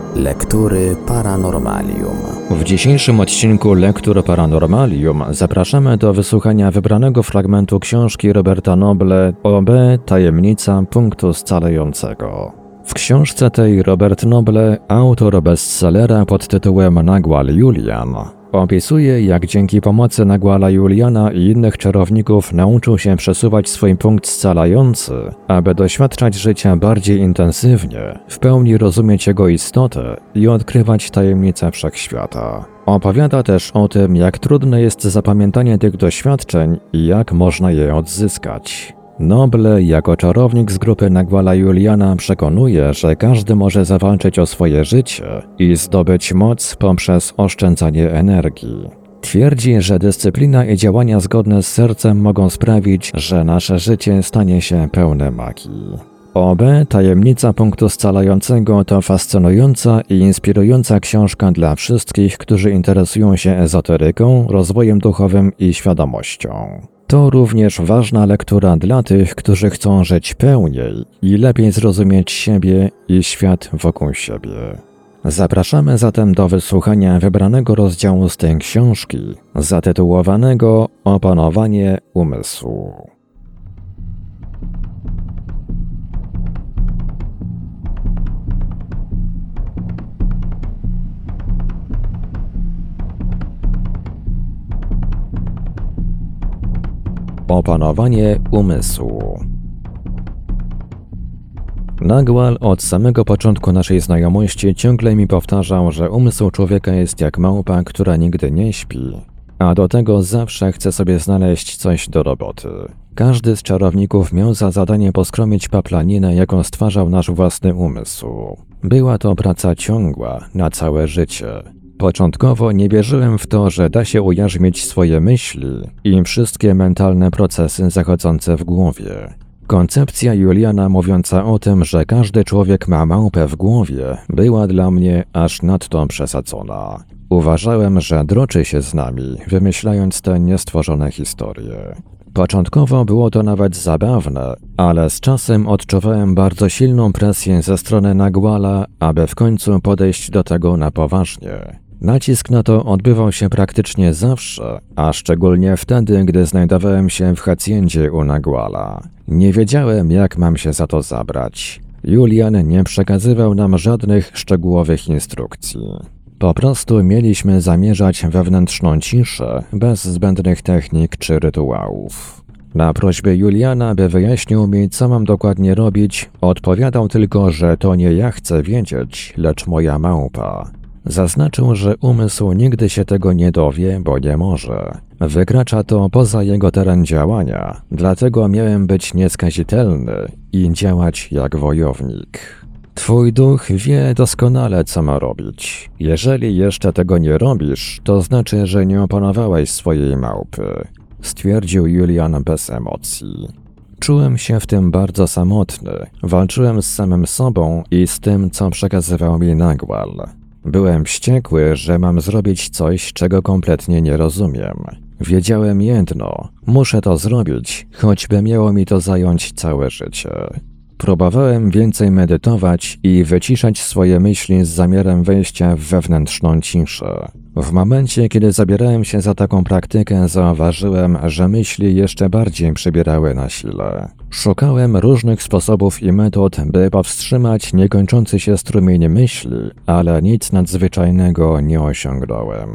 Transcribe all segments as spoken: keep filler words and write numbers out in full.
Lektury Paranormalium. W dzisiejszym odcinku Lektur Paranormalium zapraszamy do wysłuchania wybranego fragmentu książki Roberta Noble O B. Tajemnica punktu scalającego. W książce tej Robert Noble, autor bestsellera pod tytułem Nagual Julian, opisuje, jak dzięki pomocy Naguala Juliana i innych czarowników nauczył się przesuwać swój punkt scalający, aby doświadczać życia bardziej intensywnie, w pełni rozumieć jego istotę i odkrywać tajemnice wszechświata. Opowiada też o tym, jak trudne jest zapamiętanie tych doświadczeń i jak można je odzyskać. Noble, jako czarownik z grupy Naguala Juliana, przekonuje, że każdy może zawalczyć o swoje życie i zdobyć moc poprzez oszczędzanie energii. Twierdzi, że dyscyplina i działania zgodne z sercem mogą sprawić, że nasze życie stanie się pełne magii. O B. Tajemnica punktu scalającego to fascynująca i inspirująca książka dla wszystkich, którzy interesują się ezoteryką, rozwojem duchowym i świadomością. To również ważna lektura dla tych, którzy chcą żyć pełniej i lepiej zrozumieć siebie i świat wokół siebie. Zapraszamy zatem do wysłuchania wybranego rozdziału z tej książki, zatytułowanego Opanowanie umysłu. Opanowanie umysłu. Nagual od samego początku naszej znajomości ciągle mi powtarzał, że umysł człowieka jest jak małpa, która nigdy nie śpi, a do tego zawsze chce sobie znaleźć coś do roboty. Każdy z czarowników miał za zadanie poskromić paplaninę, jaką stwarzał nasz własny umysł. Była to praca ciągła, na całe życie. Początkowo nie wierzyłem w to, że da się ujarzmić swoje myśli i wszystkie mentalne procesy zachodzące w głowie. Koncepcja Juliana mówiąca o tym, że każdy człowiek ma małpę w głowie, była dla mnie aż nadto przesadzona. Uważałem, że droczy się z nami, wymyślając te niestworzone historie. Początkowo było to nawet zabawne, ale z czasem odczuwałem bardzo silną presję ze strony Naguala, aby w końcu podejść do tego na poważnie. Nacisk na to odbywał się praktycznie zawsze, a szczególnie wtedy, gdy znajdowałem się w hacjendzie u Naguala. Nie wiedziałem, jak mam się za to zabrać. Julian nie przekazywał nam żadnych szczegółowych instrukcji. Po prostu mieliśmy zamierzać wewnętrzną ciszę, bez zbędnych technik czy rytuałów. Na prośbę Juliana, by wyjaśnił mi, co mam dokładnie robić, odpowiadał tylko, że to nie ja chcę wiedzieć, lecz moja małpa. Zaznaczył, że umysł nigdy się tego nie dowie, bo nie może. Wykracza to poza jego teren działania, dlatego miałem być nieskazitelny i działać jak wojownik. Twój duch wie doskonale, co ma robić. Jeżeli jeszcze tego nie robisz, to znaczy, że nie opanowałeś swojej małpy, stwierdził Julian bez emocji. Czułem się w tym bardzo samotny, walczyłem z samym sobą i z tym, co przekazywał mi Nagual. Byłem wściekły, że mam zrobić coś, czego kompletnie nie rozumiem. Wiedziałem jedno, muszę to zrobić, choćby miało mi to zająć całe życie. Próbowałem więcej medytować i wyciszać swoje myśli z zamiarem wejścia w wewnętrzną ciszę. W momencie, kiedy zabierałem się za taką praktykę, zauważyłem, że myśli jeszcze bardziej przybierały na sile. Szukałem różnych sposobów i metod, by powstrzymać niekończący się strumień myśli, ale nic nadzwyczajnego nie osiągnąłem.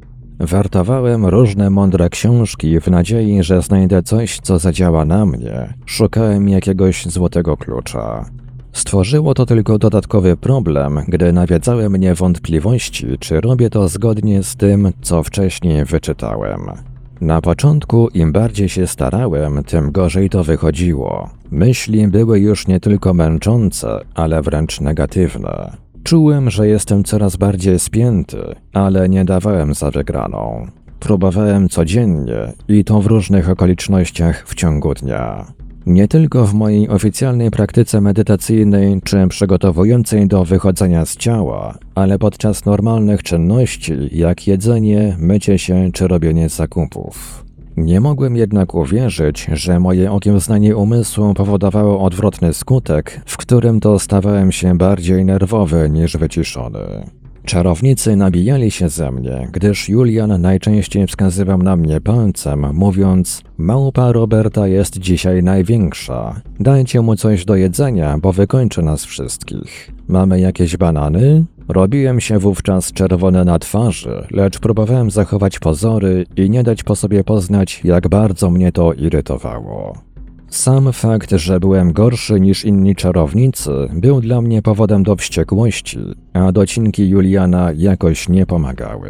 Wertowałem różne mądre książki w nadziei, że znajdę coś, co zadziała na mnie. Szukałem jakiegoś złotego klucza. Stworzyło to tylko dodatkowy problem, gdy nawiedzały mnie wątpliwości, czy robię to zgodnie z tym, co wcześniej wyczytałem. Na początku im bardziej się starałem, tym gorzej to wychodziło. Myśli były już nie tylko męczące, ale wręcz negatywne. Czułem, że jestem coraz bardziej spięty, ale nie dawałem za wygraną. Próbowałem codziennie i to w różnych okolicznościach w ciągu dnia. Nie tylko w mojej oficjalnej praktyce medytacyjnej czy przygotowującej do wychodzenia z ciała, ale podczas normalnych czynności, jak jedzenie, mycie się czy robienie zakupów. Nie mogłem jednak uwierzyć, że moje okiełznanie umysłu powodowało odwrotny skutek, w którym to stawałem się bardziej nerwowy niż wyciszony. Czarownicy nabijali się ze mnie, gdyż Julian najczęściej wskazywał na mnie palcem, mówiąc: małpa Roberta jest dzisiaj największa. Dajcie mu coś do jedzenia, bo wykończy nas wszystkich. Mamy jakieś banany? Robiłem się wówczas czerwony na twarzy, lecz próbowałem zachować pozory i nie dać po sobie poznać, jak bardzo mnie to irytowało. Sam fakt, że byłem gorszy niż inni czarownicy, był dla mnie powodem do wściekłości, a docinki Juliana jakoś nie pomagały.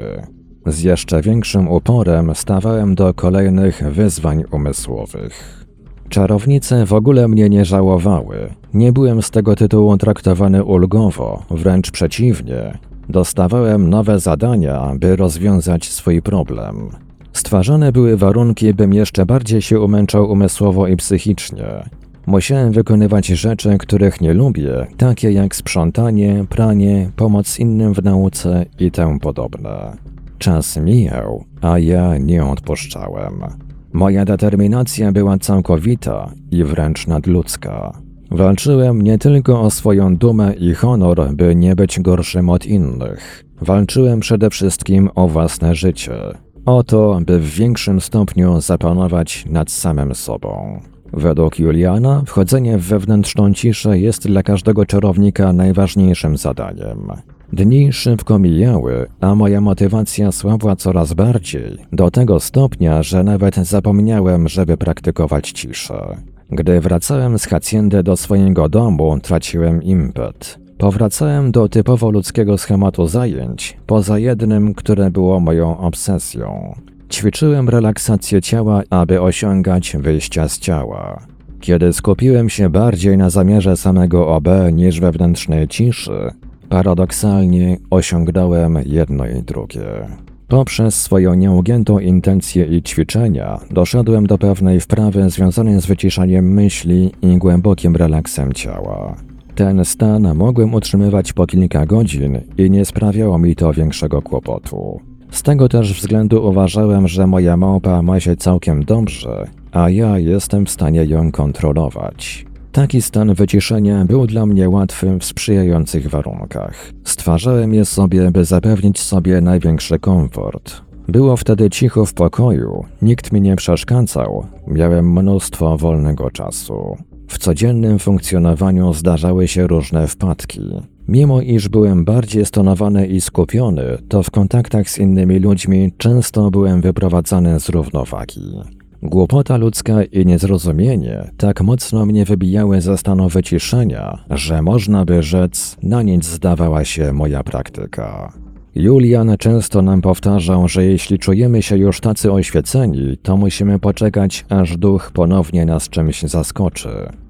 Z jeszcze większym uporem stawałem do kolejnych wyzwań umysłowych. Czarownice w ogóle mnie nie żałowały. Nie byłem z tego tytułu traktowany ulgowo, wręcz przeciwnie. Dostawałem nowe zadania, by rozwiązać swój problem. Stwarzane były warunki, bym jeszcze bardziej się umęczał umysłowo i psychicznie. Musiałem wykonywać rzeczy, których nie lubię, takie jak sprzątanie, pranie, pomoc innym w nauce i tym podobne. Czas mijał, a ja nie odpuszczałem. Moja determinacja była całkowita i wręcz nadludzka. Walczyłem nie tylko o swoją dumę i honor, by nie być gorszym od innych. Walczyłem przede wszystkim o własne życie. O to, by w większym stopniu zapanować nad samym sobą. Według Juliana wchodzenie w wewnętrzną ciszę jest dla każdego czarownika najważniejszym zadaniem. Dni szybko mijały, a moja motywacja słabła coraz bardziej, do tego stopnia, że nawet zapomniałem, żeby praktykować ciszę. Gdy wracałem z hacjendy do swojego domu, traciłem impet. Powracałem do typowo ludzkiego schematu zajęć, poza jednym, które było moją obsesją. Ćwiczyłem relaksację ciała, aby osiągać wyjścia z ciała. Kiedy skupiłem się bardziej na zamiarze samego O B niż wewnętrznej ciszy, paradoksalnie osiągnąłem jedno i drugie. Poprzez swoją nieugiętą intencję i ćwiczenia doszedłem do pewnej wprawy związanej z wyciszaniem myśli i głębokim relaksem ciała. Ten stan mogłem utrzymywać po kilka godzin i nie sprawiało mi to większego kłopotu. Z tego też względu uważałem, że moja małpa ma się całkiem dobrze, a ja jestem w stanie ją kontrolować. Taki stan wyciszenia był dla mnie łatwy w sprzyjających warunkach. Stwarzałem je sobie, by zapewnić sobie największy komfort. Było wtedy cicho w pokoju, nikt mi nie przeszkadzał, miałem mnóstwo wolnego czasu. W codziennym funkcjonowaniu zdarzały się różne wpadki. Mimo iż byłem bardziej stonowany i skupiony, to w kontaktach z innymi ludźmi często byłem wyprowadzany z równowagi. Głupota ludzka i niezrozumienie tak mocno mnie wybijały ze stanu wyciszenia, że można by rzec, na nic zdawała się moja praktyka. Julian często nam powtarzał, że jeśli czujemy się już tacy oświeceni, to musimy poczekać, aż duch ponownie nas czymś zaskoczy.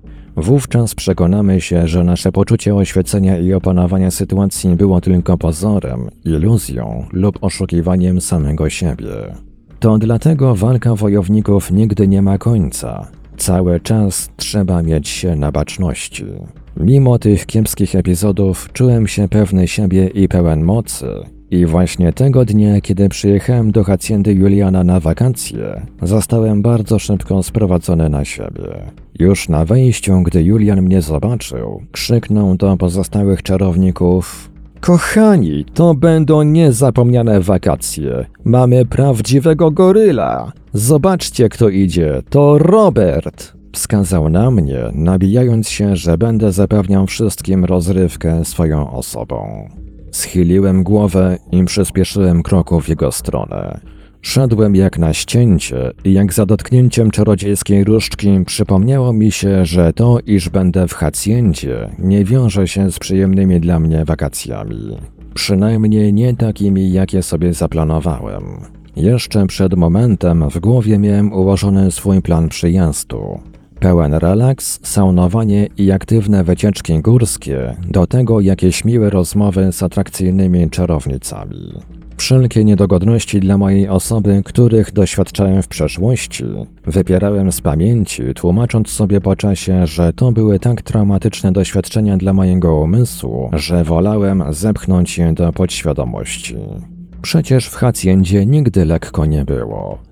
Wówczas przekonamy się, że nasze poczucie oświecenia i opanowania sytuacji było tylko pozorem, iluzją lub oszukiwaniem samego siebie. To dlatego walka wojowników nigdy nie ma końca. Cały czas trzeba mieć się na baczności. Mimo tych kiepskich epizodów czułem się pewny siebie i pełen mocy. I właśnie tego dnia, kiedy przyjechałem do hacjendy Juliana na wakacje, zostałem bardzo szybko sprowadzony na siebie. Już na wejściu, gdy Julian mnie zobaczył, krzyknął do pozostałych czarowników: Kochani, to będą niezapomniane wakacje. Mamy prawdziwego goryla. Zobaczcie, kto idzie, to Robert. Wskazał na mnie, nabijając się, że będę zapewniał wszystkim rozrywkę swoją osobą. Schyliłem głowę i przyspieszyłem kroku w jego stronę. Szedłem jak na ścięcie i jak za dotknięciem czarodziejskiej różdżki przypomniało mi się, że to, iż będę w hacjendzie, nie wiąże się z przyjemnymi dla mnie wakacjami. Przynajmniej nie takimi, jakie sobie zaplanowałem. Jeszcze przed momentem w głowie miałem ułożony swój plan przyjazdu. Pełen relaks, saunowanie i aktywne wycieczki górskie, do tego jakieś miłe rozmowy z atrakcyjnymi czarownicami. Wszelkie niedogodności dla mojej osoby, których doświadczałem w przeszłości, wypierałem z pamięci, tłumacząc sobie po czasie, że to były tak traumatyczne doświadczenia dla mojego umysłu, że wolałem zepchnąć je do podświadomości. Przecież w hacjendzie nigdy lekko nie było.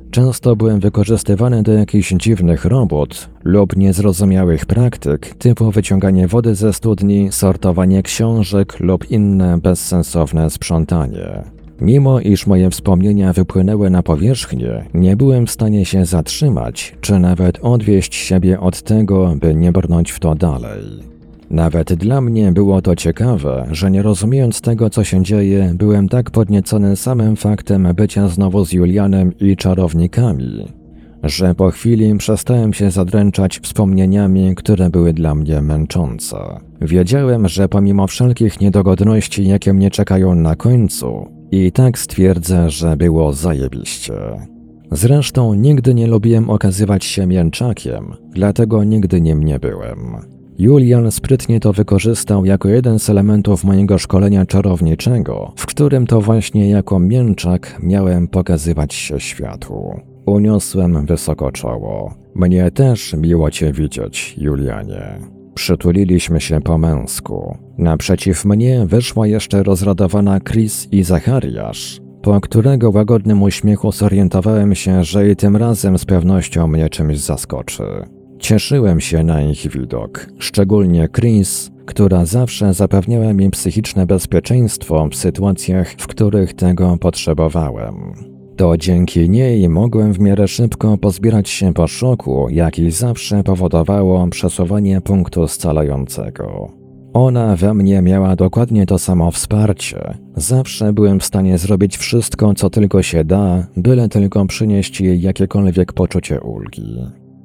Często byłem wykorzystywany do jakichś dziwnych robót lub niezrozumiałych praktyk typu wyciąganie wody ze studni, sortowanie książek lub inne bezsensowne sprzątanie. Mimo iż moje wspomnienia wypłynęły na powierzchnię, nie byłem w stanie się zatrzymać, czy nawet odwieść siebie od tego, by nie brnąć w to dalej. Nawet dla mnie było to ciekawe, że nie rozumiejąc tego, co się dzieje, byłem tak podniecony samym faktem bycia znowu z Julianem i czarownikami, że po chwili przestałem się zadręczać wspomnieniami, które były dla mnie męczące. Wiedziałem, że pomimo wszelkich niedogodności, jakie mnie czekają na końcu, i tak stwierdzę, że było zajebiście. Zresztą nigdy nie lubiłem okazywać się mięczakiem, dlatego nigdy nim nie byłem. Julian sprytnie to wykorzystał jako jeden z elementów mojego szkolenia czarowniczego, w którym to właśnie jako mięczak miałem pokazywać się światu. Uniosłem wysoko czoło. Mnie też miło cię widzieć, Julianie. Przytuliliśmy się po męsku. Naprzeciw mnie wyszła jeszcze rozradowana Chris i Zachariasz, po którego łagodnym uśmiechu zorientowałem się, że i tym razem z pewnością mnie czymś zaskoczy. Cieszyłem się na ich widok, szczególnie Chris, która zawsze zapewniała mi psychiczne bezpieczeństwo w sytuacjach, w których tego potrzebowałem. To dzięki niej mogłem w miarę szybko pozbierać się po szoku, jaki zawsze powodowało przesuwanie punktu scalającego. Ona we mnie miała dokładnie to samo wsparcie. Zawsze byłem w stanie zrobić wszystko, co tylko się da, byle tylko przynieść jej jakiekolwiek poczucie ulgi.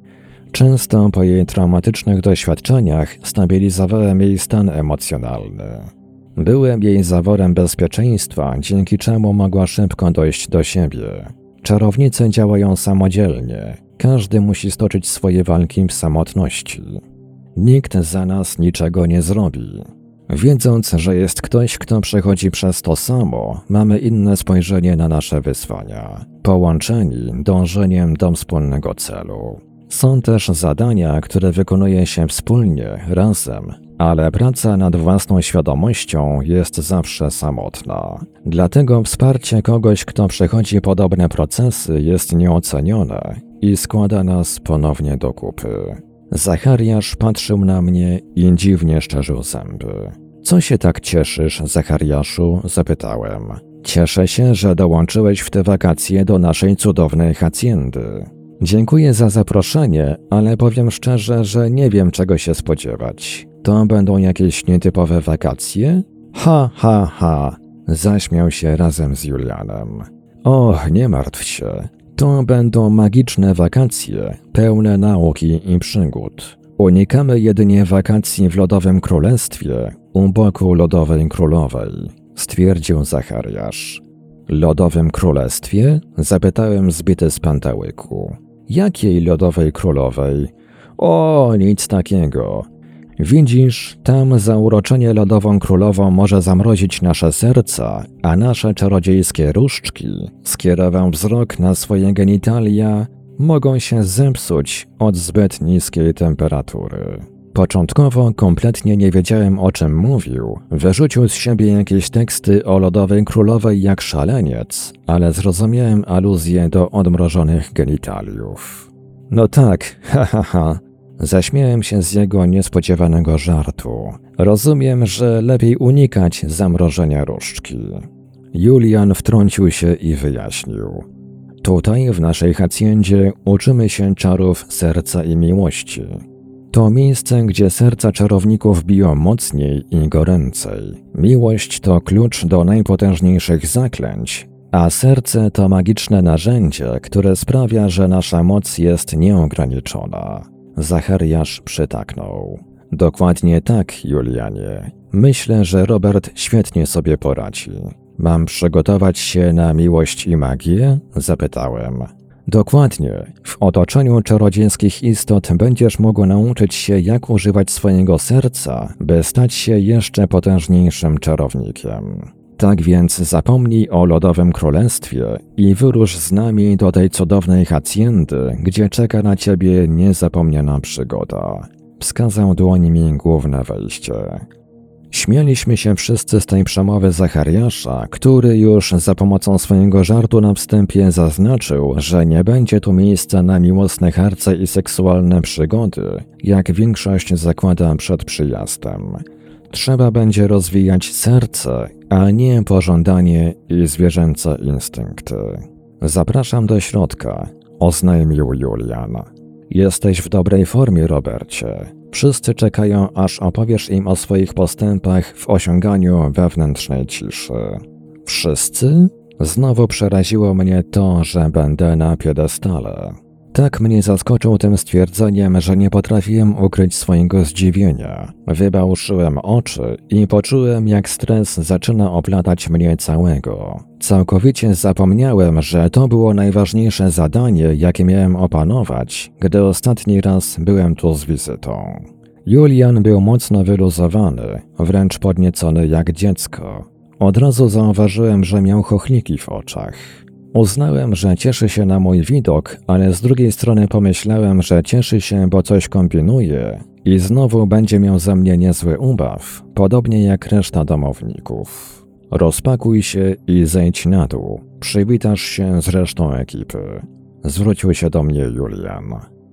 Często po jej traumatycznych doświadczeniach stabilizowałem jej stan emocjonalny. Byłem jej zaworem bezpieczeństwa, dzięki czemu mogła szybko dojść do siebie. Czarownice działają samodzielnie. Każdy musi stoczyć swoje walki w samotności. Nikt za nas niczego nie zrobi. Wiedząc, że jest ktoś, kto przechodzi przez to samo, mamy inne spojrzenie na nasze wyzwania, połączeni dążeniem do wspólnego celu. Są też zadania, które wykonuje się wspólnie, razem, ale praca nad własną świadomością jest zawsze samotna. Dlatego wsparcie kogoś, kto przechodzi podobne procesy, jest nieocenione i składa nas ponownie do kupy. Zachariasz patrzył na mnie i dziwnie szczerzył zęby. Co się tak cieszysz, Zachariaszu? Zapytałem. Cieszę się, że dołączyłeś w te wakacje do naszej cudownej hacjendy. Dziękuję za zaproszenie, ale powiem szczerze, że nie wiem, czego się spodziewać. To będą jakieś nietypowe wakacje? Ha, ha, ha. Zaśmiał się razem z Julianem. Och, nie martw się. To będą magiczne wakacje, pełne nauki i przygód. Unikamy jedynie wakacji w Lodowym Królestwie, u boku Lodowej Królowej, stwierdził Zachariasz. Lodowym Królestwie? Zapytałem zbity z pantałyku. Jakiej Lodowej Królowej? O, nic takiego. Widzisz, tam zauroczenie Lodową Królową może zamrozić nasze serca, a nasze czarodziejskie różdżki, skierował wzrok na swoje genitalia, mogą się zepsuć od zbyt niskiej temperatury. Początkowo kompletnie nie wiedziałem, o czym mówił. Wyrzucił z siebie jakieś teksty o Lodowej Królowej jak szaleniec, ale zrozumiałem aluzję do odmrożonych genitaliów. No tak, ha ha ha. Zaśmiałem się z jego niespodziewanego żartu. Rozumiem, że lepiej unikać zamrożenia różdżki. Julian wtrącił się i wyjaśnił. Tutaj, w naszej hacjendzie, uczymy się czarów serca i miłości. To miejsce, gdzie serca czarowników biją mocniej i goręcej. Miłość to klucz do najpotężniejszych zaklęć, a serce to magiczne narzędzie, które sprawia, że nasza moc jest nieograniczona. Zachariasz przytaknął. Dokładnie tak, Julianie. Myślę, że Robert świetnie sobie poradzi. Mam przygotować się na miłość i magię? Zapytałem. Dokładnie. W otoczeniu czarodziejskich istot będziesz mógł nauczyć się, jak używać swojego serca, by stać się jeszcze potężniejszym czarownikiem. Tak więc zapomnij o Lodowym Królestwie i wyrusz z nami do tej cudownej hacjendy, gdzie czeka na ciebie niezapomniana przygoda. Wskazał dłońmi główne wejście. Śmialiśmy się wszyscy z tej przemowy Zachariasza, który już za pomocą swojego żartu na wstępie zaznaczył, że nie będzie tu miejsca na miłosne harce i seksualne przygody, jak większość zakłada przed przyjazdem. Trzeba będzie rozwijać serce, a nie pożądanie i zwierzęce instynkty. Zapraszam do środka, oznajmił Julian. Jesteś w dobrej formie, Robercie. Wszyscy czekają, aż opowiesz im o swoich postępach w osiąganiu wewnętrznej ciszy. Wszyscy? Znowu przeraziło mnie to, że będę na piedestale. Tak mnie zaskoczył tym stwierdzeniem, że nie potrafiłem ukryć swojego zdziwienia. Wybałszyłem oczy i poczułem, jak stres zaczyna oplatać mnie całego. Całkowicie zapomniałem, że to było najważniejsze zadanie, jakie miałem opanować, gdy ostatni raz byłem tu z wizytą. Julian był mocno wyluzowany, wręcz podniecony jak dziecko. Od razu zauważyłem, że miał chochliki w oczach. Uznałem, że cieszy się na mój widok, ale z drugiej strony pomyślałem, że cieszy się, bo coś kombinuje i znowu będzie miał ze mnie niezły ubaw, podobnie jak reszta domowników. Rozpakuj się i zejdź na dół. Przywitasz się z resztą ekipy. Zwrócił się do mnie Julian.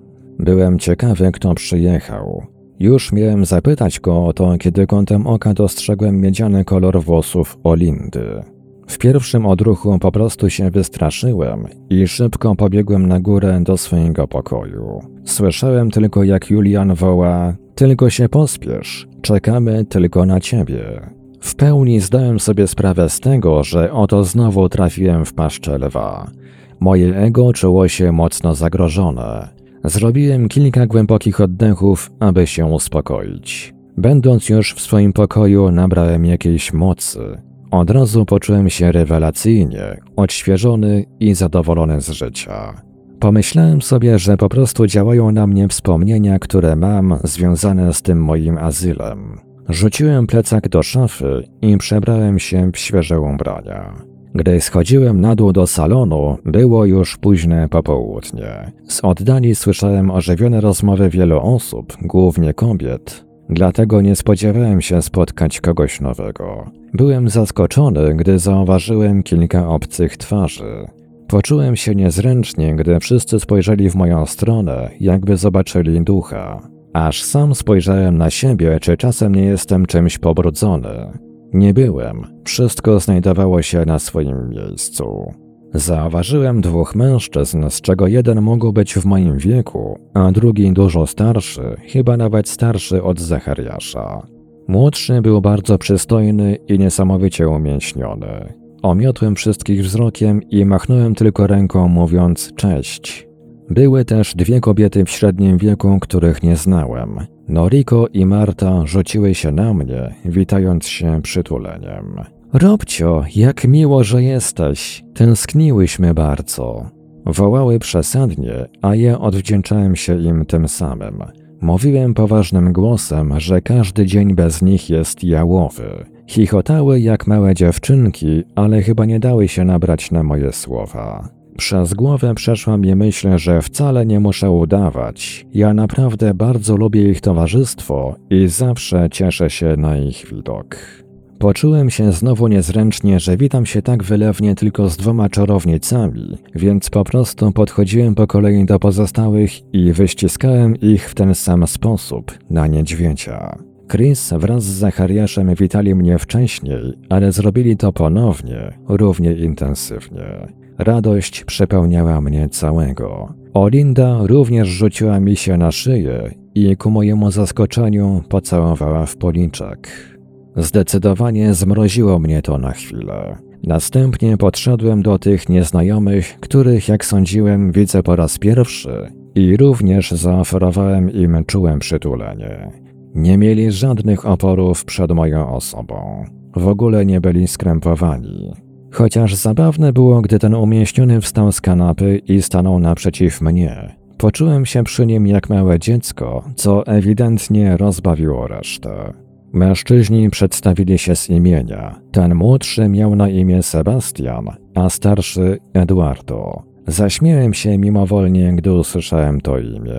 Byłem ciekawy, kto przyjechał. Już miałem zapytać go o to, kiedy kątem oka dostrzegłem miedziany kolor włosów Olindy. W pierwszym odruchu po prostu się wystraszyłem i szybko pobiegłem na górę do swojego pokoju. Słyszałem tylko, jak Julian woła: tylko się pospiesz, czekamy tylko na ciebie. W pełni zdałem sobie sprawę z tego, że oto znowu trafiłem w paszczę lwa. Moje ego czuło się mocno zagrożone. Zrobiłem kilka głębokich oddechów, aby się uspokoić. Będąc już w swoim pokoju, nabrałem jakiejś mocy. Od razu poczułem się rewelacyjnie, odświeżony i zadowolony z życia. Pomyślałem sobie, że po prostu działają na mnie wspomnienia, które mam związane z tym moim azylem. Rzuciłem plecak do szafy i przebrałem się w świeże ubrania. Gdy schodziłem na dół do salonu, było już późne popołudnie. Z oddali słyszałem ożywione rozmowy wielu osób, głównie kobiet. Dlatego nie spodziewałem się spotkać kogoś nowego. Byłem zaskoczony, gdy zauważyłem kilka obcych twarzy. Poczułem się niezręcznie, gdy wszyscy spojrzeli w moją stronę, jakby zobaczyli ducha. Aż sam spojrzałem na siebie, czy czasem nie jestem czymś pobrudzony. Nie byłem. Wszystko znajdowało się na swoim miejscu. Zauważyłem dwóch mężczyzn, z czego jeden mógł być w moim wieku, a drugi dużo starszy, chyba nawet starszy od Zachariasza. Młodszy był bardzo przystojny i niesamowicie umięśniony. Omiotłem wszystkich wzrokiem i machnąłem tylko ręką, mówiąc cześć. Były też dwie kobiety w średnim wieku, których nie znałem. Noriko i Marta rzuciły się na mnie, witając się przytuleniem. Robcio, jak miło, że jesteś. Tęskniłyśmy bardzo. Wołały przesadnie, a ja odwdzięczałem się im tym samym. Mówiłem poważnym głosem, że każdy dzień bez nich jest jałowy. Chichotały jak małe dziewczynki, ale chyba nie dały się nabrać na moje słowa. Przez głowę przeszła mi myśl, że wcale nie muszę udawać. Ja naprawdę bardzo lubię ich towarzystwo i zawsze cieszę się na ich widok. Poczułem się znowu niezręcznie, że witam się tak wylewnie tylko z dwoma czarownicami, więc po prostu podchodziłem po kolei do pozostałych i wyściskałem ich w ten sam sposób, na niedźwiedzia. Chris wraz z Zachariaszem witali mnie wcześniej, ale zrobili to ponownie, równie intensywnie. Radość przepełniała mnie całego. Olinda również rzuciła mi się na szyję i ku mojemu zaskoczeniu pocałowała w policzek. Zdecydowanie zmroziło mnie to na chwilę. Następnie podszedłem do tych nieznajomych, których, jak sądziłem, widzę po raz pierwszy i również zaoferowałem im czułe przytulenie. Nie mieli żadnych oporów przed moją osobą. W ogóle nie byli skrępowani. Chociaż zabawne było, gdy ten umięśniony wstał z kanapy i stanął naprzeciw mnie. Poczułem się przy nim jak małe dziecko, co ewidentnie rozbawiło resztę. Mężczyźni przedstawili się z imienia. Ten młodszy miał na imię Sebastian, a starszy Eduardo. Zaśmiałem się mimowolnie, gdy usłyszałem to imię.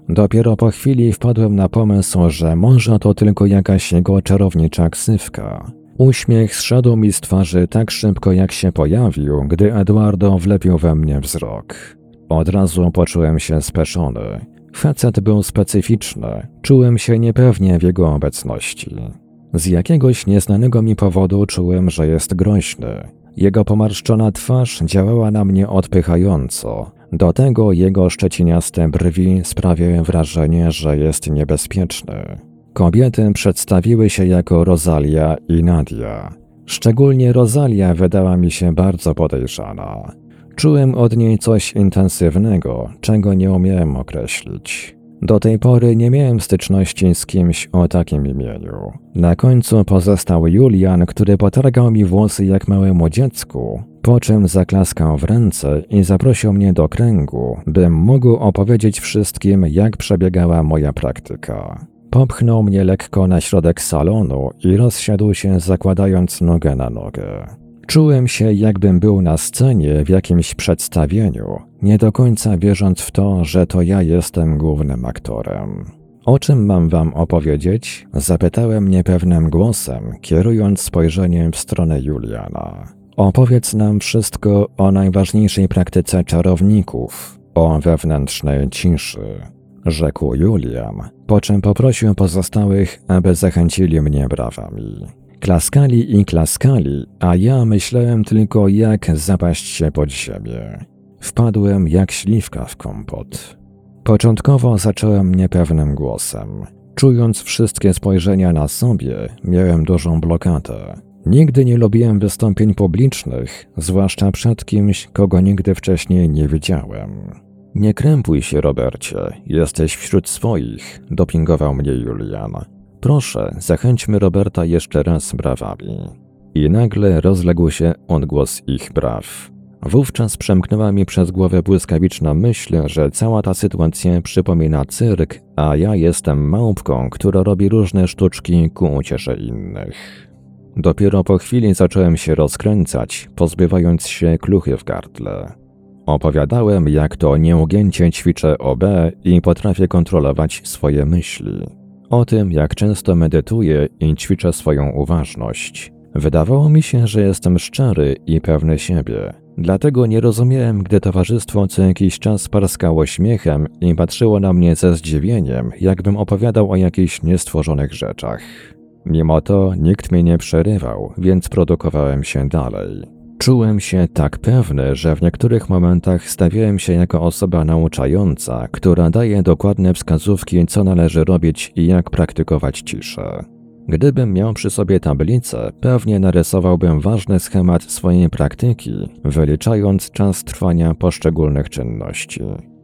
Dopiero po chwili wpadłem na pomysł, że może to tylko jakaś jego czarownicza ksywka. Uśmiech zszedł mi z twarzy tak szybko, jak się pojawił, gdy Eduardo wlepił we mnie wzrok. Od razu poczułem się speszony. Facet był specyficzny, czułem się niepewnie w jego obecności. Z jakiegoś nieznanego mi powodu czułem, że jest groźny. Jego pomarszczona twarz działała na mnie odpychająco. Do tego jego szczeciniaste brwi sprawiały wrażenie, że jest niebezpieczny. Kobiety przedstawiły się jako Rosalia i Nadia. Szczególnie Rosalia wydała mi się bardzo podejrzana. Czułem od niej coś intensywnego, czego nie umiałem określić. Do tej pory nie miałem styczności z kimś o takim imieniu. Na końcu pozostał Julian, który potargał mi włosy jak małemu dziecku, po czym zaklaskał w ręce i zaprosił mnie do kręgu, bym mógł opowiedzieć wszystkim, jak przebiegała moja praktyka. Popchnął mnie lekko na środek salonu i rozsiadł się, zakładając nogę na nogę. Czułem się, jakbym był na scenie w jakimś przedstawieniu, nie do końca wierząc w to, że to ja jestem głównym aktorem. O czym mam wam opowiedzieć? Zapytałem niepewnym głosem, kierując spojrzeniem w stronę Juliana. Opowiedz nam wszystko o najważniejszej praktyce czarowników, o wewnętrznej ciszy, rzekł Julian, po czym poprosił pozostałych, aby zachęcili mnie brawami. Klaskali i klaskali, a ja myślałem tylko, jak zapaść się pod ziemię. Wpadłem jak śliwka w kompot. Początkowo zacząłem niepewnym głosem. Czując wszystkie spojrzenia na sobie, miałem dużą blokadę. Nigdy nie lubiłem wystąpień publicznych, zwłaszcza przed kimś, kogo nigdy wcześniej nie widziałem. Nie krępuj się, Robercie, jesteś wśród swoich, dopingował mnie Julian. Proszę, zachęćmy Roberta jeszcze raz brawami. I nagle rozległ się odgłos ich braw. Wówczas przemknęła mi przez głowę błyskawiczna myśl, że cała ta sytuacja przypomina cyrk, a ja jestem małpką, która robi różne sztuczki ku uciesze innych. Dopiero po chwili zacząłem się rozkręcać, pozbywając się kluchy w gardle. Opowiadałem, jak to nieugięcie ćwiczę O B i potrafię kontrolować swoje myśli. O tym, jak często medytuję i ćwiczę swoją uważność. Wydawało mi się, że jestem szczery i pewny siebie. Dlatego nie rozumiałem, gdy towarzystwo co jakiś czas parskało śmiechem i patrzyło na mnie ze zdziwieniem, jakbym opowiadał o jakichś niestworzonych rzeczach. Mimo to nikt mnie nie przerywał, więc produkowałem się dalej. Czułem się tak pewny, że w niektórych momentach stawiałem się jako osoba nauczająca, która daje dokładne wskazówki, co należy robić i jak praktykować ciszę. Gdybym miał przy sobie tablicę, pewnie narysowałbym ważny schemat swojej praktyki, wyliczając czas trwania poszczególnych czynności.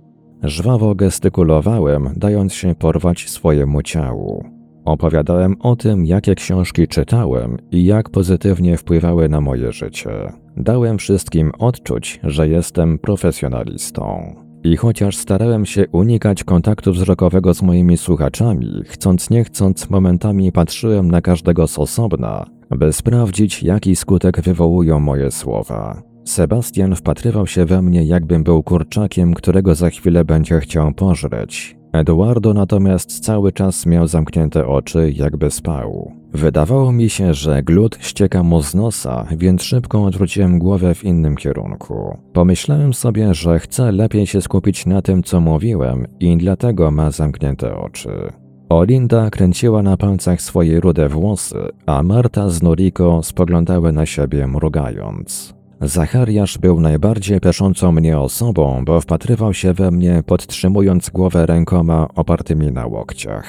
Żwawo gestykulowałem, dając się porwać swojemu ciału. Opowiadałem o tym, jakie książki czytałem i jak pozytywnie wpływały na moje życie. Dałem wszystkim odczuć, że jestem profesjonalistą. I chociaż starałem się unikać kontaktu wzrokowego z moimi słuchaczami, chcąc nie chcąc momentami patrzyłem na każdego z osobna, by sprawdzić, jaki skutek wywołują moje słowa. Sebastian wpatrywał się we mnie, jakbym był kurczakiem, którego za chwilę będzie chciał pożreć. Eduardo natomiast cały czas miał zamknięte oczy, jakby spał. Wydawało mi się, że glut ścieka mu z nosa, więc szybko odwróciłem głowę w innym kierunku. Pomyślałem sobie, że chcę lepiej się skupić na tym, co mówiłem i dlatego ma zamknięte oczy. Olinda kręciła na palcach swoje rude włosy, a Marta z Noriko spoglądały na siebie mrugając. Zachariasz był najbardziej peszącą mnie osobą, bo wpatrywał się we mnie, podtrzymując głowę rękoma opartymi na łokciach.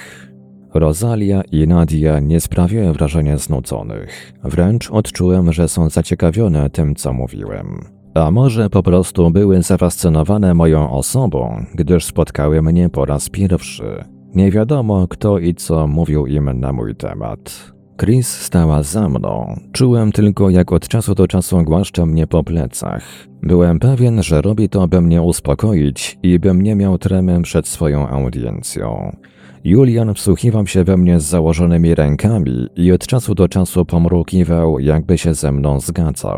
Rosalia i Nadia nie sprawiały wrażenia znuconych. Wręcz odczułem, że są zaciekawione tym, co mówiłem. A może po prostu były zafascynowane moją osobą, gdyż spotkały mnie po raz pierwszy. Nie wiadomo, kto i co mówił im na mój temat. Chris stała za mną. Czułem tylko, jak od czasu do czasu głaszcze mnie po plecach. Byłem pewien, że robi to, by mnie uspokoić i bym nie miał tremy przed swoją audiencją. Julian wsłuchiwał się we mnie z założonymi rękami i od czasu do czasu pomrukiwał, jakby się ze mną zgadzał.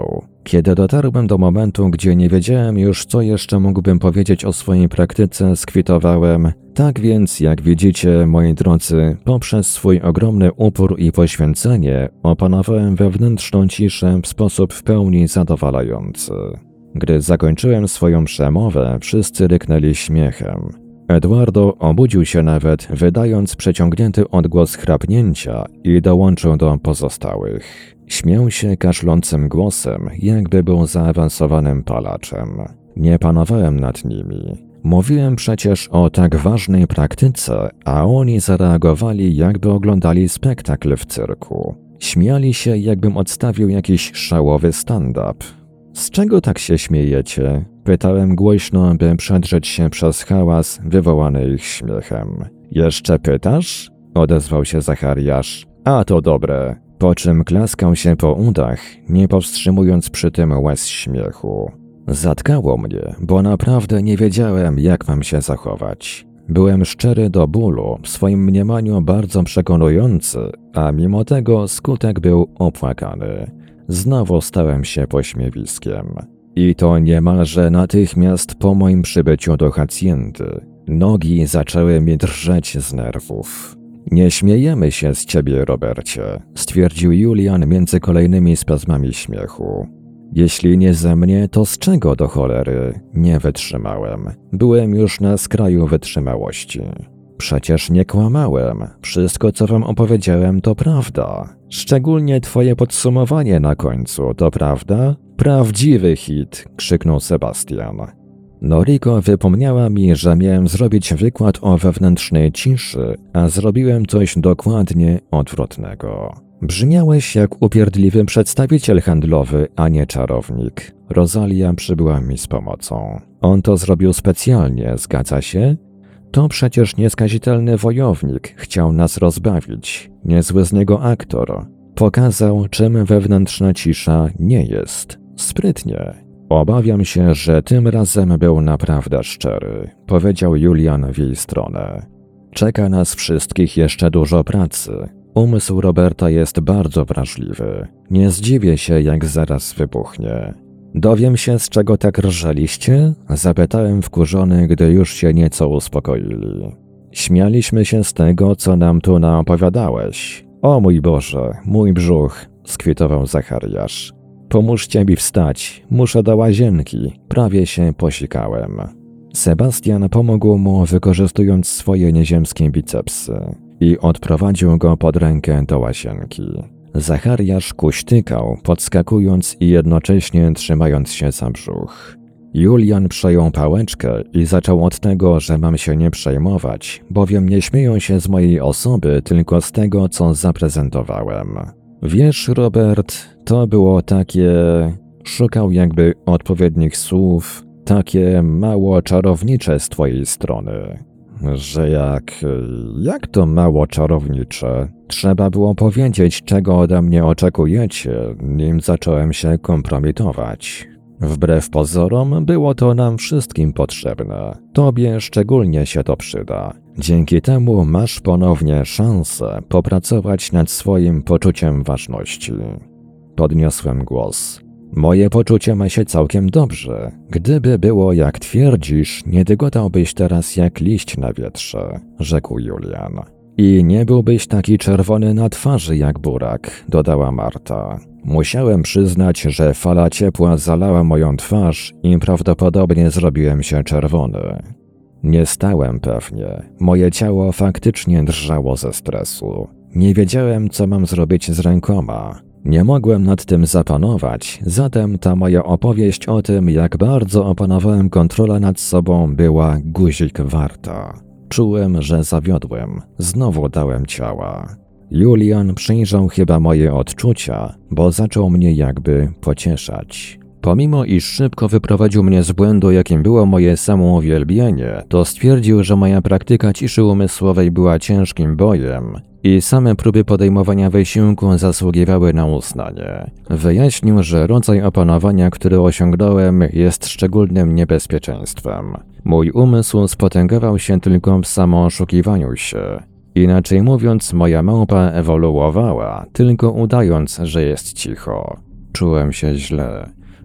Kiedy dotarłem do momentu, gdzie nie wiedziałem już, co jeszcze mógłbym powiedzieć o swojej praktyce, skwitowałem: tak więc, jak widzicie, moi drodzy, poprzez swój ogromny upór i poświęcenie opanowałem wewnętrzną ciszę w sposób w pełni zadowalający. Gdy zakończyłem swoją przemowę, wszyscy ryknęli śmiechem. Eduardo obudził się nawet, wydając przeciągnięty odgłos chrapnięcia i dołączył do pozostałych. Śmiał się kaszlącym głosem, jakby był zaawansowanym palaczem. Nie panowałem nad nimi. Mówiłem przecież o tak ważnej praktyce, a oni zareagowali, jakby oglądali spektakl w cyrku. Śmiali się, jakbym odstawił jakiś szałowy stand-up. Z czego tak się śmiejecie? Pytałem głośno, by przedrzeć się przez hałas wywołany ich śmiechem. Jeszcze pytasz? Odezwał się Zachariasz. A to dobre. Po czym klaskał się po udach, nie powstrzymując przy tym łez śmiechu. Zatkało mnie, bo naprawdę nie wiedziałem, jak mam się zachować. Byłem szczery do bólu, w swoim mniemaniu bardzo przekonujący, a mimo tego skutek był opłakany. Znowu stałem się pośmiewiskiem. I to niemalże natychmiast po moim przybyciu do hacjendy. Nogi zaczęły mi drżeć z nerwów. Nie śmiejemy się z ciebie, Robercie, stwierdził Julian między kolejnymi spazmami śmiechu. Jeśli nie ze mnie, to z czego do cholery? Nie wytrzymałem. Byłem już na skraju wytrzymałości. Przecież nie kłamałem. Wszystko, co wam opowiedziałem, to prawda. Szczególnie twoje podsumowanie na końcu, to prawda? Prawdziwy hit, krzyknął Sebastian. Noriko wypomniała mi, że miałem zrobić wykład o wewnętrznej ciszy, a zrobiłem coś dokładnie odwrotnego. Brzmiałeś jak upierdliwy przedstawiciel handlowy, a nie czarownik. Rosalia przybyła mi z pomocą. On to zrobił specjalnie, zgadza się? To przecież nieskazitelny wojownik, chciał nas rozbawić. Niezły z niego aktor. Pokazał, czym wewnętrzna cisza nie jest. Sprytnie. Obawiam się, że tym razem był naprawdę szczery, powiedział Julian w jej stronę. Czeka nas wszystkich jeszcze dużo pracy. Umysł Roberta jest bardzo wrażliwy. Nie zdziwię się, jak zaraz wybuchnie. Dowiem się, z czego tak rżeliście? Zapytałem wkurzony, gdy już się nieco uspokoili. Śmialiśmy się z tego, co nam tu naopowiadałeś. O mój Boże, mój brzuch, skwitował Zachariasz. Pomóżcie mi wstać, muszę do łazienki, prawie się posikałem. Sebastian pomógł mu, wykorzystując swoje nieziemskie bicepsy, i odprowadził go pod rękę do łazienki. Zachariasz kuśtykał, podskakując i jednocześnie trzymając się za brzuch. Julian przejął pałeczkę i zaczął od tego, że mam się nie przejmować, bowiem nie śmieją się z mojej osoby, tylko z tego, co zaprezentowałem. Wiesz, Robert, to było takie... Szukał jakby odpowiednich słów, takie mało czarownicze z twojej strony. Że jak... jak to mało czarownicze? Trzeba było powiedzieć, czego ode mnie oczekujecie, nim zacząłem się kompromitować. Wbrew pozorom, było to nam wszystkim potrzebne. Tobie szczególnie się to przyda. Dzięki temu masz ponownie szansę popracować nad swoim poczuciem ważności. Podniosłem głos. Moje poczucie ma się całkiem dobrze. Gdyby było jak twierdzisz, nie dygotałbyś teraz jak liść na wietrze, rzekł Julian. I nie byłbyś taki czerwony na twarzy jak burak, dodała Marta. Musiałem przyznać, że fala ciepła zalała moją twarz i prawdopodobnie zrobiłem się czerwony. Nie stałem pewnie. Moje ciało faktycznie drżało ze stresu. Nie wiedziałem, co mam zrobić z rękoma. Nie mogłem nad tym zapanować, zatem ta moja opowieść o tym, jak bardzo opanowałem kontrolę nad sobą, była guzik warta. Czułem, że zawiodłem. Znowu dałem ciała. Julian przyjrzał chyba moje odczucia, bo zaczął mnie jakby pocieszać. Pomimo iż szybko wyprowadził mnie z błędu, jakim było moje samouwielbienie, to stwierdził, że moja praktyka ciszy umysłowej była ciężkim bojem i same próby podejmowania wysiłku zasługiwały na uznanie. Wyjaśnił, że rodzaj opanowania, który osiągnąłem, jest szczególnym niebezpieczeństwem. Mój umysł spotęgował się tylko w samooszukiwaniu się. Inaczej mówiąc, moja małpa ewoluowała, tylko udając, że jest cicho. Czułem się źle.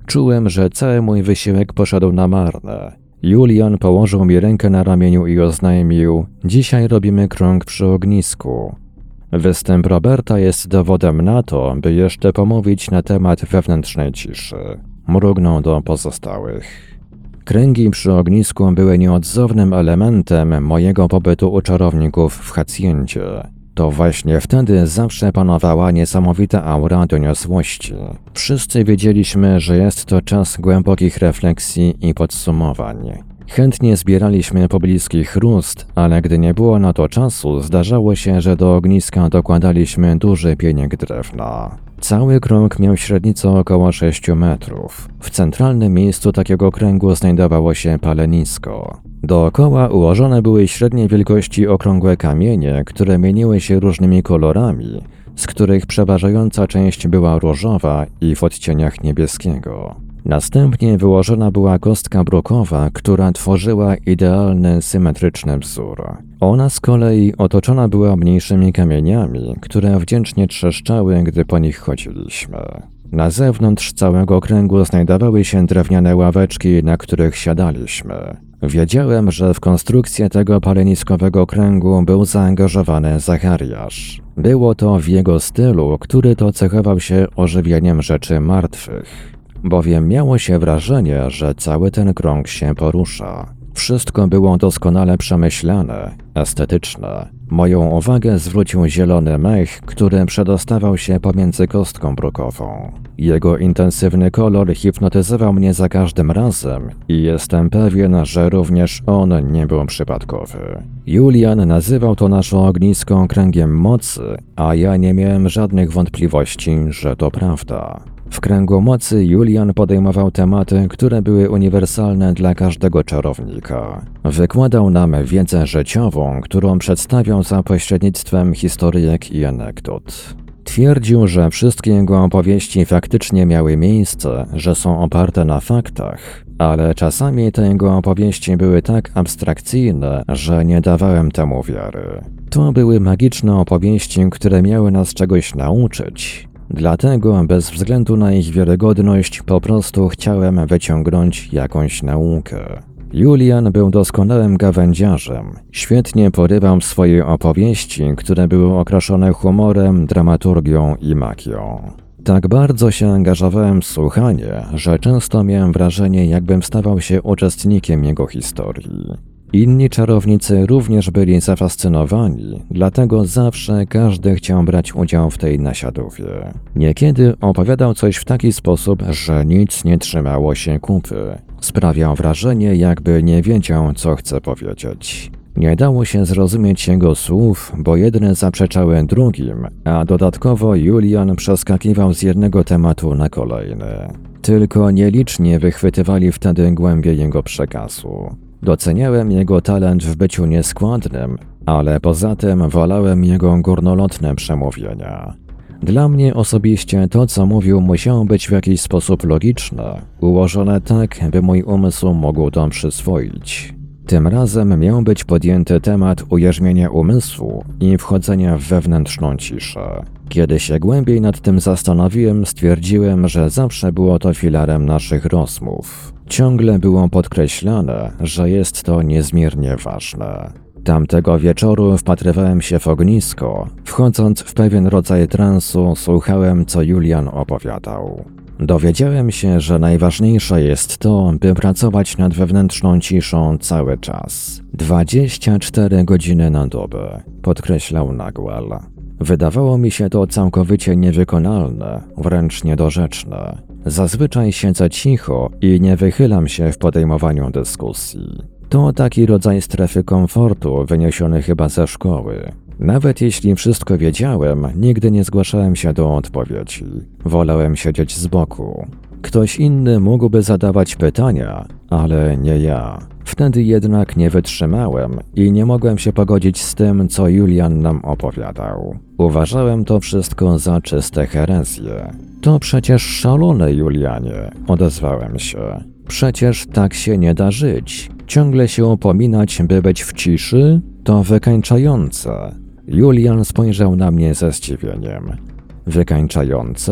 Czułem, że cały mój wysiłek poszedł na marne. Julian położył mi rękę na ramieniu i oznajmił: dzisiaj robimy krąg przy ognisku. Występ Roberta jest dowodem na to, by jeszcze pomówić na temat wewnętrznej ciszy. Mrugnął do pozostałych. Kręgi przy ognisku były nieodzownym elementem mojego pobytu u czarowników w hacjendzie. To właśnie wtedy zawsze panowała niesamowita aura doniosłości. Wszyscy wiedzieliśmy, że jest to czas głębokich refleksji i podsumowań. Chętnie zbieraliśmy pobliski chrust, ale gdy nie było na to czasu, zdarzało się, że do ogniska dokładaliśmy duży pieniek drewna. Cały krąg miał średnicę około sześciu metrów. W centralnym miejscu takiego kręgu znajdowało się palenisko. Dookoła ułożone były średniej wielkości okrągłe kamienie, które mieniły się różnymi kolorami, z których przeważająca część była różowa i w odcieniach niebieskiego. Następnie wyłożona była kostka brukowa, która tworzyła idealny, symetryczny wzór. Ona z kolei otoczona była mniejszymi kamieniami, które wdzięcznie trzeszczały, gdy po nich chodziliśmy. Na zewnątrz całego kręgu znajdowały się drewniane ławeczki, na których siadaliśmy. Wiedziałem, że w konstrukcję tego paleniskowego kręgu był zaangażowany Zachariasz. Było to w jego stylu, który to cechował się ożywieniem rzeczy martwych. Bowiem miało się wrażenie, że cały ten krąg się porusza. Wszystko było doskonale przemyślane, estetyczne. Moją uwagę zwrócił zielony mech, który przedostawał się pomiędzy kostką brukową. Jego intensywny kolor hipnotyzował mnie za każdym razem i jestem pewien, że również on nie był przypadkowy. Julian nazywał to nasze ognisko kręgiem mocy, a ja nie miałem żadnych wątpliwości, że to prawda. W kręgu mocy Julian podejmował tematy, które były uniwersalne dla każdego czarownika. Wykładał nam wiedzę życiową, którą przedstawiał za pośrednictwem historyjek i anegdot. Twierdził, że wszystkie jego opowieści faktycznie miały miejsce, że są oparte na faktach, ale czasami te jego opowieści były tak abstrakcyjne, że nie dawałem temu wiary. To były magiczne opowieści, które miały nas czegoś nauczyć. Dlatego, bez względu na ich wiarygodność, po prostu chciałem wyciągnąć jakąś naukę. Julian był doskonałym gawędziarzem. Świetnie porywał swoje opowieści, które były okraszone humorem, dramaturgią i magią. Tak bardzo się angażowałem w słuchanie, że często miałem wrażenie, jakbym stawał się uczestnikiem jego historii. Inni czarownicy również byli zafascynowani, dlatego zawsze każdy chciał brać udział w tej nasiadówie. Niekiedy opowiadał coś w taki sposób, że nic nie trzymało się kupy. Sprawiał wrażenie, jakby nie wiedział, co chce powiedzieć. Nie dało się zrozumieć jego słów, bo jedne zaprzeczały drugim, a dodatkowo Julian przeskakiwał z jednego tematu na kolejny. Tylko nieliczni wychwytywali wtedy głębię jego przekazu. Doceniałem jego talent w byciu nieskładnym, ale poza tym wolałem jego górnolotne przemówienia. Dla mnie osobiście to, co mówił, musiało być w jakiś sposób logiczne, ułożone tak, by mój umysł mógł to przyswoić. Tym razem miał być podjęty temat ujarzmienia umysłu i wchodzenia w wewnętrzną ciszę. Kiedy się głębiej nad tym zastanowiłem, stwierdziłem, że zawsze było to filarem naszych rozmów. Ciągle było podkreślane, że jest to niezmiernie ważne. Tamtego wieczoru wpatrywałem się w ognisko. Wchodząc w pewien rodzaj transu, słuchałem, co Julian opowiadał. Dowiedziałem się, że najważniejsze jest to, by pracować nad wewnętrzną ciszą cały czas. dwadzieścia cztery godziny na dobę, podkreślał Nagual. Wydawało mi się to całkowicie niewykonalne, wręcz niedorzeczne. Zazwyczaj siedzę cicho i nie wychylam się w podejmowaniu dyskusji. To taki rodzaj strefy komfortu wyniesiony chyba ze szkoły. Nawet jeśli wszystko wiedziałem, nigdy nie zgłaszałem się do odpowiedzi. Wolałem siedzieć z boku. Ktoś inny mógłby zadawać pytania, ale nie ja. Wtedy jednak nie wytrzymałem i nie mogłem się pogodzić z tym, co Julian nam opowiadał. Uważałem to wszystko za czyste herezje. To przecież szalone, Julianie, odezwałem się. Przecież tak się nie da żyć. Ciągle się upominać, by być w ciszy? To wykańczające. Julian spojrzał na mnie ze zdziwieniem. Wykańczające?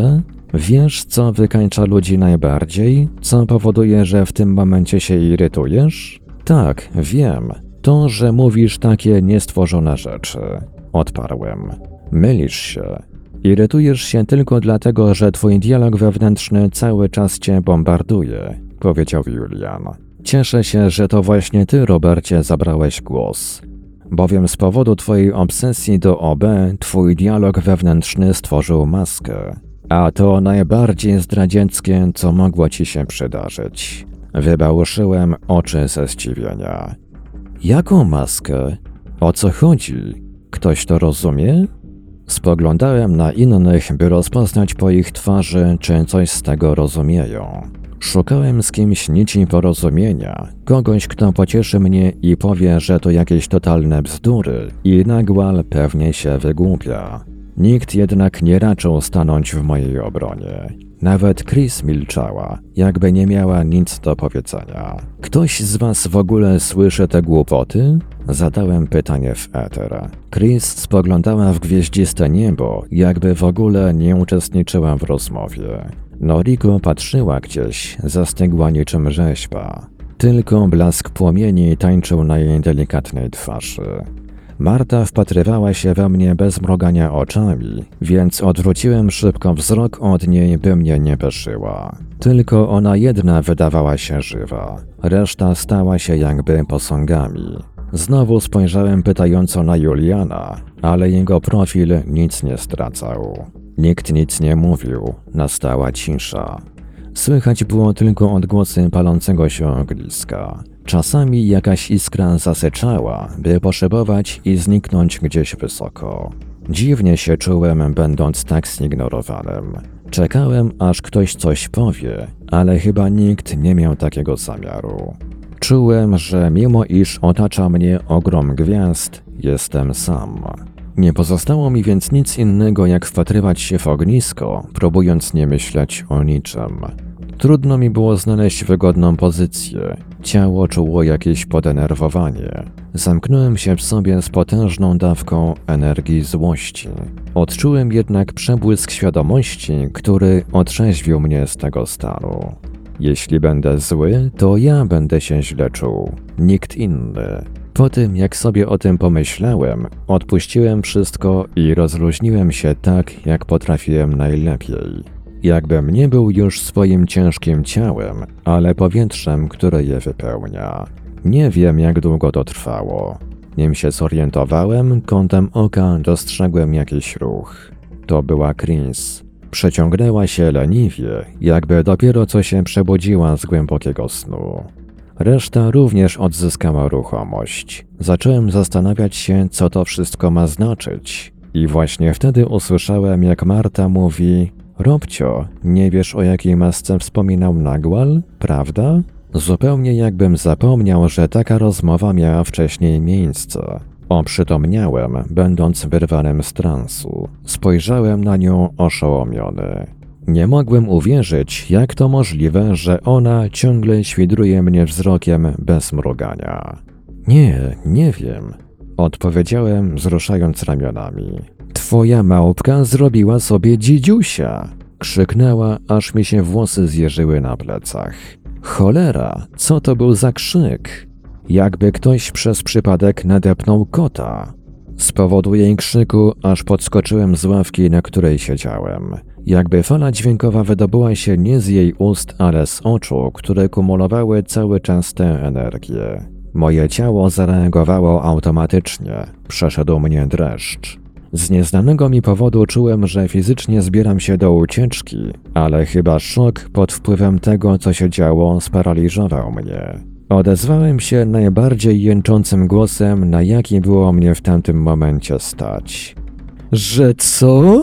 Wiesz, co wykańcza ludzi najbardziej? Co powoduje, że w tym momencie się irytujesz? Tak, wiem. To, że mówisz takie niestworzone rzeczy. Odparłem. Mylisz się. Irytujesz się tylko dlatego, że twój dialog wewnętrzny cały czas cię bombarduje, powiedział Julian. Cieszę się, że to właśnie ty, Robercie, zabrałeś głos. Bowiem z powodu twojej obsesji do O B twój dialog wewnętrzny stworzył maskę. A to najbardziej zdradzieckie, co mogło ci się przydarzyć. Wybałuszyłem oczy ze zdziwienia. Jaką maskę? O co chodzi? Ktoś to rozumie? Spoglądałem na innych, by rozpoznać po ich twarzy, czy coś z tego rozumieją. Szukałem z kimś nici porozumienia, kogoś, kto pocieszy mnie i powie, że to jakieś totalne bzdury i Nagual pewnie się wygłupia. Nikt jednak nie raczył stanąć w mojej obronie. Nawet Chris milczała, jakby nie miała nic do powiedzenia. Ktoś z was w ogóle słyszy te głupoty? Zadałem pytanie w eter. Chris spoglądała w gwieździste niebo, jakby w ogóle nie uczestniczyła w rozmowie. Noriko patrzyła gdzieś, zastygła niczym rzeźba. Tylko blask płomieni tańczył na jej delikatnej twarzy. Marta wpatrywała się we mnie bez mrugania oczami, więc odwróciłem szybko wzrok od niej, by mnie nie peszyła. Tylko ona jedna wydawała się żywa, reszta stała się jakby posągami. Znowu spojrzałem pytająco na Juliana, ale jego profil nic nie stracał. Nikt nic nie mówił, nastała cisza. Słychać było tylko odgłosy palącego się ogniska. Czasami jakaś iskra zasyczała, by poszybować i zniknąć gdzieś wysoko. Dziwnie się czułem, będąc tak zignorowanym. Czekałem, aż ktoś coś powie, ale chyba nikt nie miał takiego zamiaru. Czułem, że mimo iż otacza mnie ogrom gwiazd, jestem sam. Nie pozostało mi więc nic innego, jak wpatrywać się w ognisko, próbując nie myśleć o niczym. Trudno mi było znaleźć wygodną pozycję. Ciało czuło jakieś podenerwowanie. Zamknąłem się w sobie z potężną dawką energii złości. Odczułem jednak przebłysk świadomości, który otrzeźwił mnie z tego stanu. Jeśli będę zły, to ja będę się źle czuł, nikt inny. Po tym, jak sobie o tym pomyślałem, odpuściłem wszystko i rozluźniłem się tak, jak potrafiłem najlepiej. Jakbym nie był już swoim ciężkim ciałem, ale powietrzem, które je wypełnia. Nie wiem, jak długo to trwało. Nim się zorientowałem, kątem oka dostrzegłem jakiś ruch. To była Chris. Przeciągnęła się leniwie, jakby dopiero co się przebudziła z głębokiego snu. Reszta również odzyskała ruchomość. Zacząłem zastanawiać się, co to wszystko ma znaczyć. I właśnie wtedy usłyszałem, jak Marta mówi: Robcio, nie wiesz, o jakiej masce wspominał Nagual, prawda? Zupełnie jakbym zapomniał, że taka rozmowa miała wcześniej miejsce. Oprzytomniałem, będąc wyrwanym z transu. Spojrzałem na nią oszołomiony. Nie mogłem uwierzyć, jak to możliwe, że ona ciągle świdruje mnie wzrokiem bez mrugania. Nie, nie wiem, odpowiedziałem, wzruszając ramionami. Twoja małpka zrobiła sobie dzidziusia! Krzyknęła, aż mi się włosy zjeżyły na plecach. Cholera, co to był za krzyk? Jakby ktoś przez przypadek nadepnął kota. Z powodu jej krzyku aż podskoczyłem z ławki, na której siedziałem. Jakby fala dźwiękowa wydobyła się nie z jej ust, ale z oczu, które kumulowały cały czas tę energię. Moje ciało zareagowało automatycznie. Przeszedł mnie dreszcz. Z nieznanego mi powodu czułem, że fizycznie zbieram się do ucieczki, ale chyba szok pod wpływem tego, co się działo, sparaliżował mnie. Odezwałem się najbardziej jęczącym głosem, na jaki było mnie w tamtym momencie stać. Że co?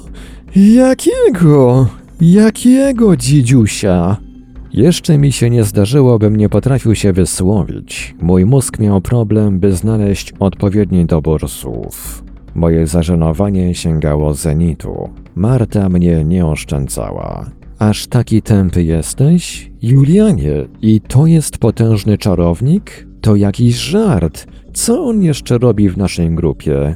Jakiego? Jakiego dzidziusia? Jeszcze mi się nie zdarzyło, bym nie potrafił się wysłowić. Mój mózg miał problem, by znaleźć odpowiedni dobór słów. Moje zażenowanie sięgało zenitu. Marta mnie nie oszczędzała. Aż taki tępy jesteś? Julianie, i to jest potężny czarownik? To jakiś żart. Co on jeszcze robi w naszej grupie?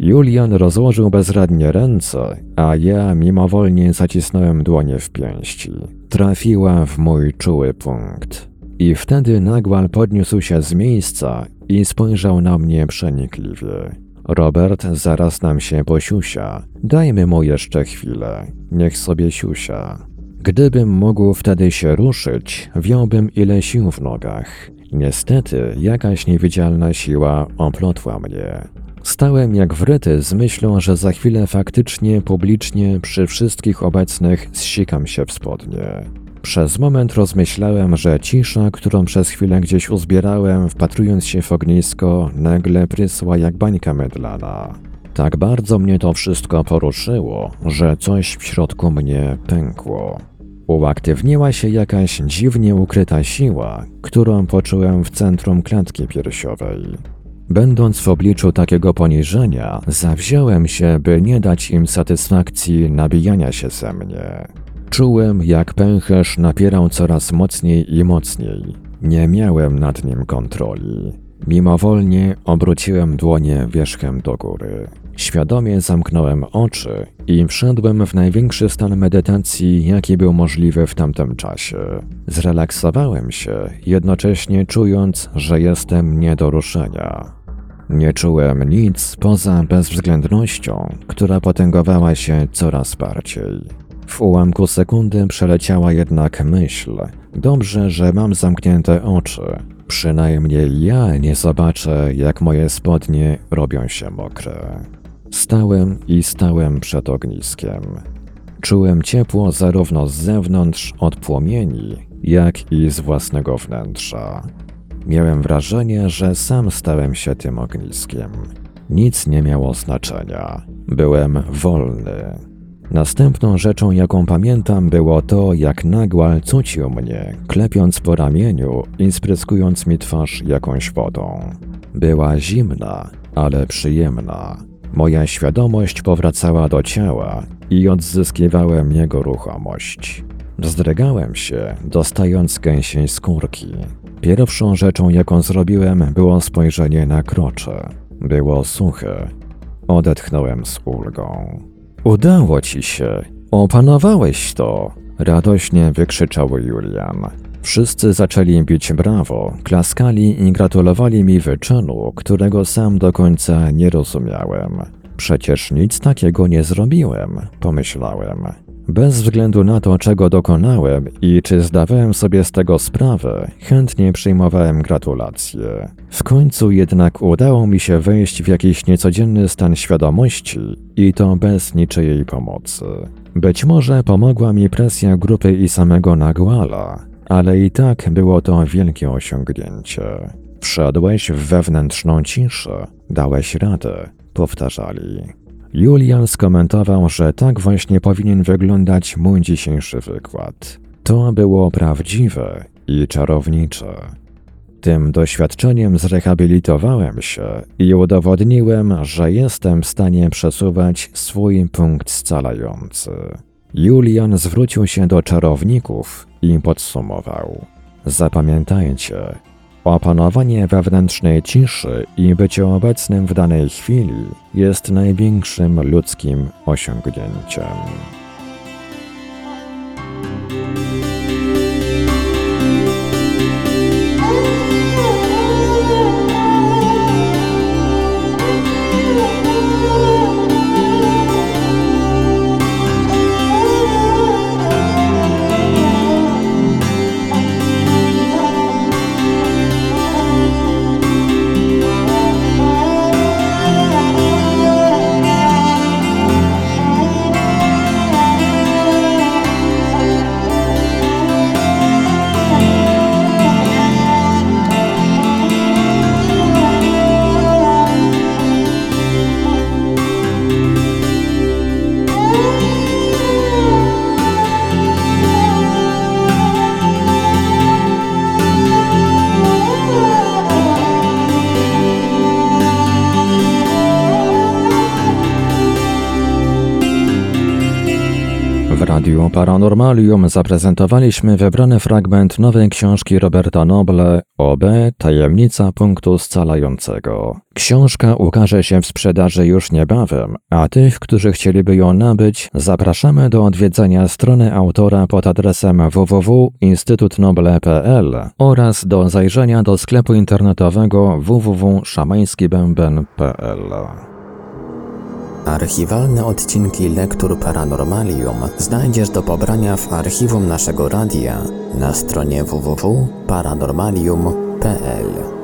Julian rozłożył bezradnie ręce, a ja mimowolnie zacisnąłem dłonie w pięści. Trafiła w mój czuły punkt. I wtedy Nagual podniósł się z miejsca i spojrzał na mnie przenikliwie. Robert zaraz nam się posiusia. Dajmy mu jeszcze chwilę. Niech sobie siusia. Gdybym mógł wtedy się ruszyć, wziąłbym ile sił w nogach. Niestety jakaś niewidzialna siła oplotła mnie. Stałem jak wryty z myślą, że za chwilę faktycznie, publicznie, przy wszystkich obecnych zsikam się w spodnie. Przez moment rozmyślałem, że cisza, którą przez chwilę gdzieś uzbierałem, wpatrując się w ognisko, nagle prysła jak bańka mydlana. Tak bardzo mnie to wszystko poruszyło, że coś w środku mnie pękło. Uaktywniła się jakaś dziwnie ukryta siła, którą poczułem w centrum klatki piersiowej. Będąc w obliczu takiego poniżenia, zawziąłem się, by nie dać im satysfakcji nabijania się ze mnie. Czułem, jak pęcherz napierał coraz mocniej i mocniej. Nie miałem nad nim kontroli. Mimowolnie obróciłem dłonie wierzchem do góry. Świadomie zamknąłem oczy i wszedłem w największy stan medytacji, jaki był możliwy w tamtym czasie. Zrelaksowałem się, jednocześnie czując, że jestem nie do ruszenia. Nie czułem nic poza bezwzględnością, która potęgowała się coraz bardziej. W ułamku sekundy przeleciała jednak myśl. Dobrze, że mam zamknięte oczy. Przynajmniej ja nie zobaczę, jak moje spodnie robią się mokre. Stałem i stałem przed ogniskiem. Czułem ciepło zarówno z zewnątrz od płomieni, jak i z własnego wnętrza. Miałem wrażenie, że sam stałem się tym ogniskiem. Nic nie miało znaczenia. Byłem wolny. Następną rzeczą, jaką pamiętam, było to, jak Nagual cucił mnie, klepiąc po ramieniu i spryskując mi twarz jakąś wodą. Była zimna, ale przyjemna. Moja świadomość powracała do ciała i odzyskiwałem jego ruchomość. Wzdrygałem się, dostając gęsiej skórki. Pierwszą rzeczą, jaką zrobiłem, było spojrzenie na krocze. Było suche. Odetchnąłem z ulgą. Udało ci się! Opanowałeś to! Radośnie wykrzyczał Julian. Wszyscy zaczęli bić brawo, klaskali i gratulowali mi wyczynu, którego sam do końca nie rozumiałem. Przecież nic takiego nie zrobiłem, pomyślałem. Bez względu na to, czego dokonałem i czy zdawałem sobie z tego sprawę, chętnie przyjmowałem gratulacje. W końcu jednak udało mi się wejść w jakiś niecodzienny stan świadomości i to bez niczyjej pomocy. Być może pomogła mi presja grupy i samego Naguala, ale i tak było to wielkie osiągnięcie. Wszedłeś w wewnętrzną ciszę, dałeś radę, powtarzali. Julian skomentował, że tak właśnie powinien wyglądać mój dzisiejszy wykład. To było prawdziwe i czarownicze. Tym doświadczeniem zrehabilitowałem się i udowodniłem, że jestem w stanie przesuwać swój punkt scalający. Julian zwrócił się do czarowników i podsumował. Zapamiętajcie, opanowanie wewnętrznej ciszy i bycie obecnym w danej chwili jest największym ludzkim osiągnięciem. W Radiu Paranormalium zaprezentowaliśmy wybrany fragment nowej książki Roberta Noble O B. Tajemnica punktu scalającego. Książka ukaże się w sprzedaży już niebawem, a tych, którzy chcieliby ją nabyć, zapraszamy do odwiedzenia strony autora pod adresem w w w kropka instytut noble kropka p l oraz do zajrzenia do sklepu internetowego w w w kropka szamański bęben kropka p l. Archiwalne odcinki Lektur Paranormalium znajdziesz do pobrania w archiwum naszego radia na stronie w w w kropka paranormalium kropka p l.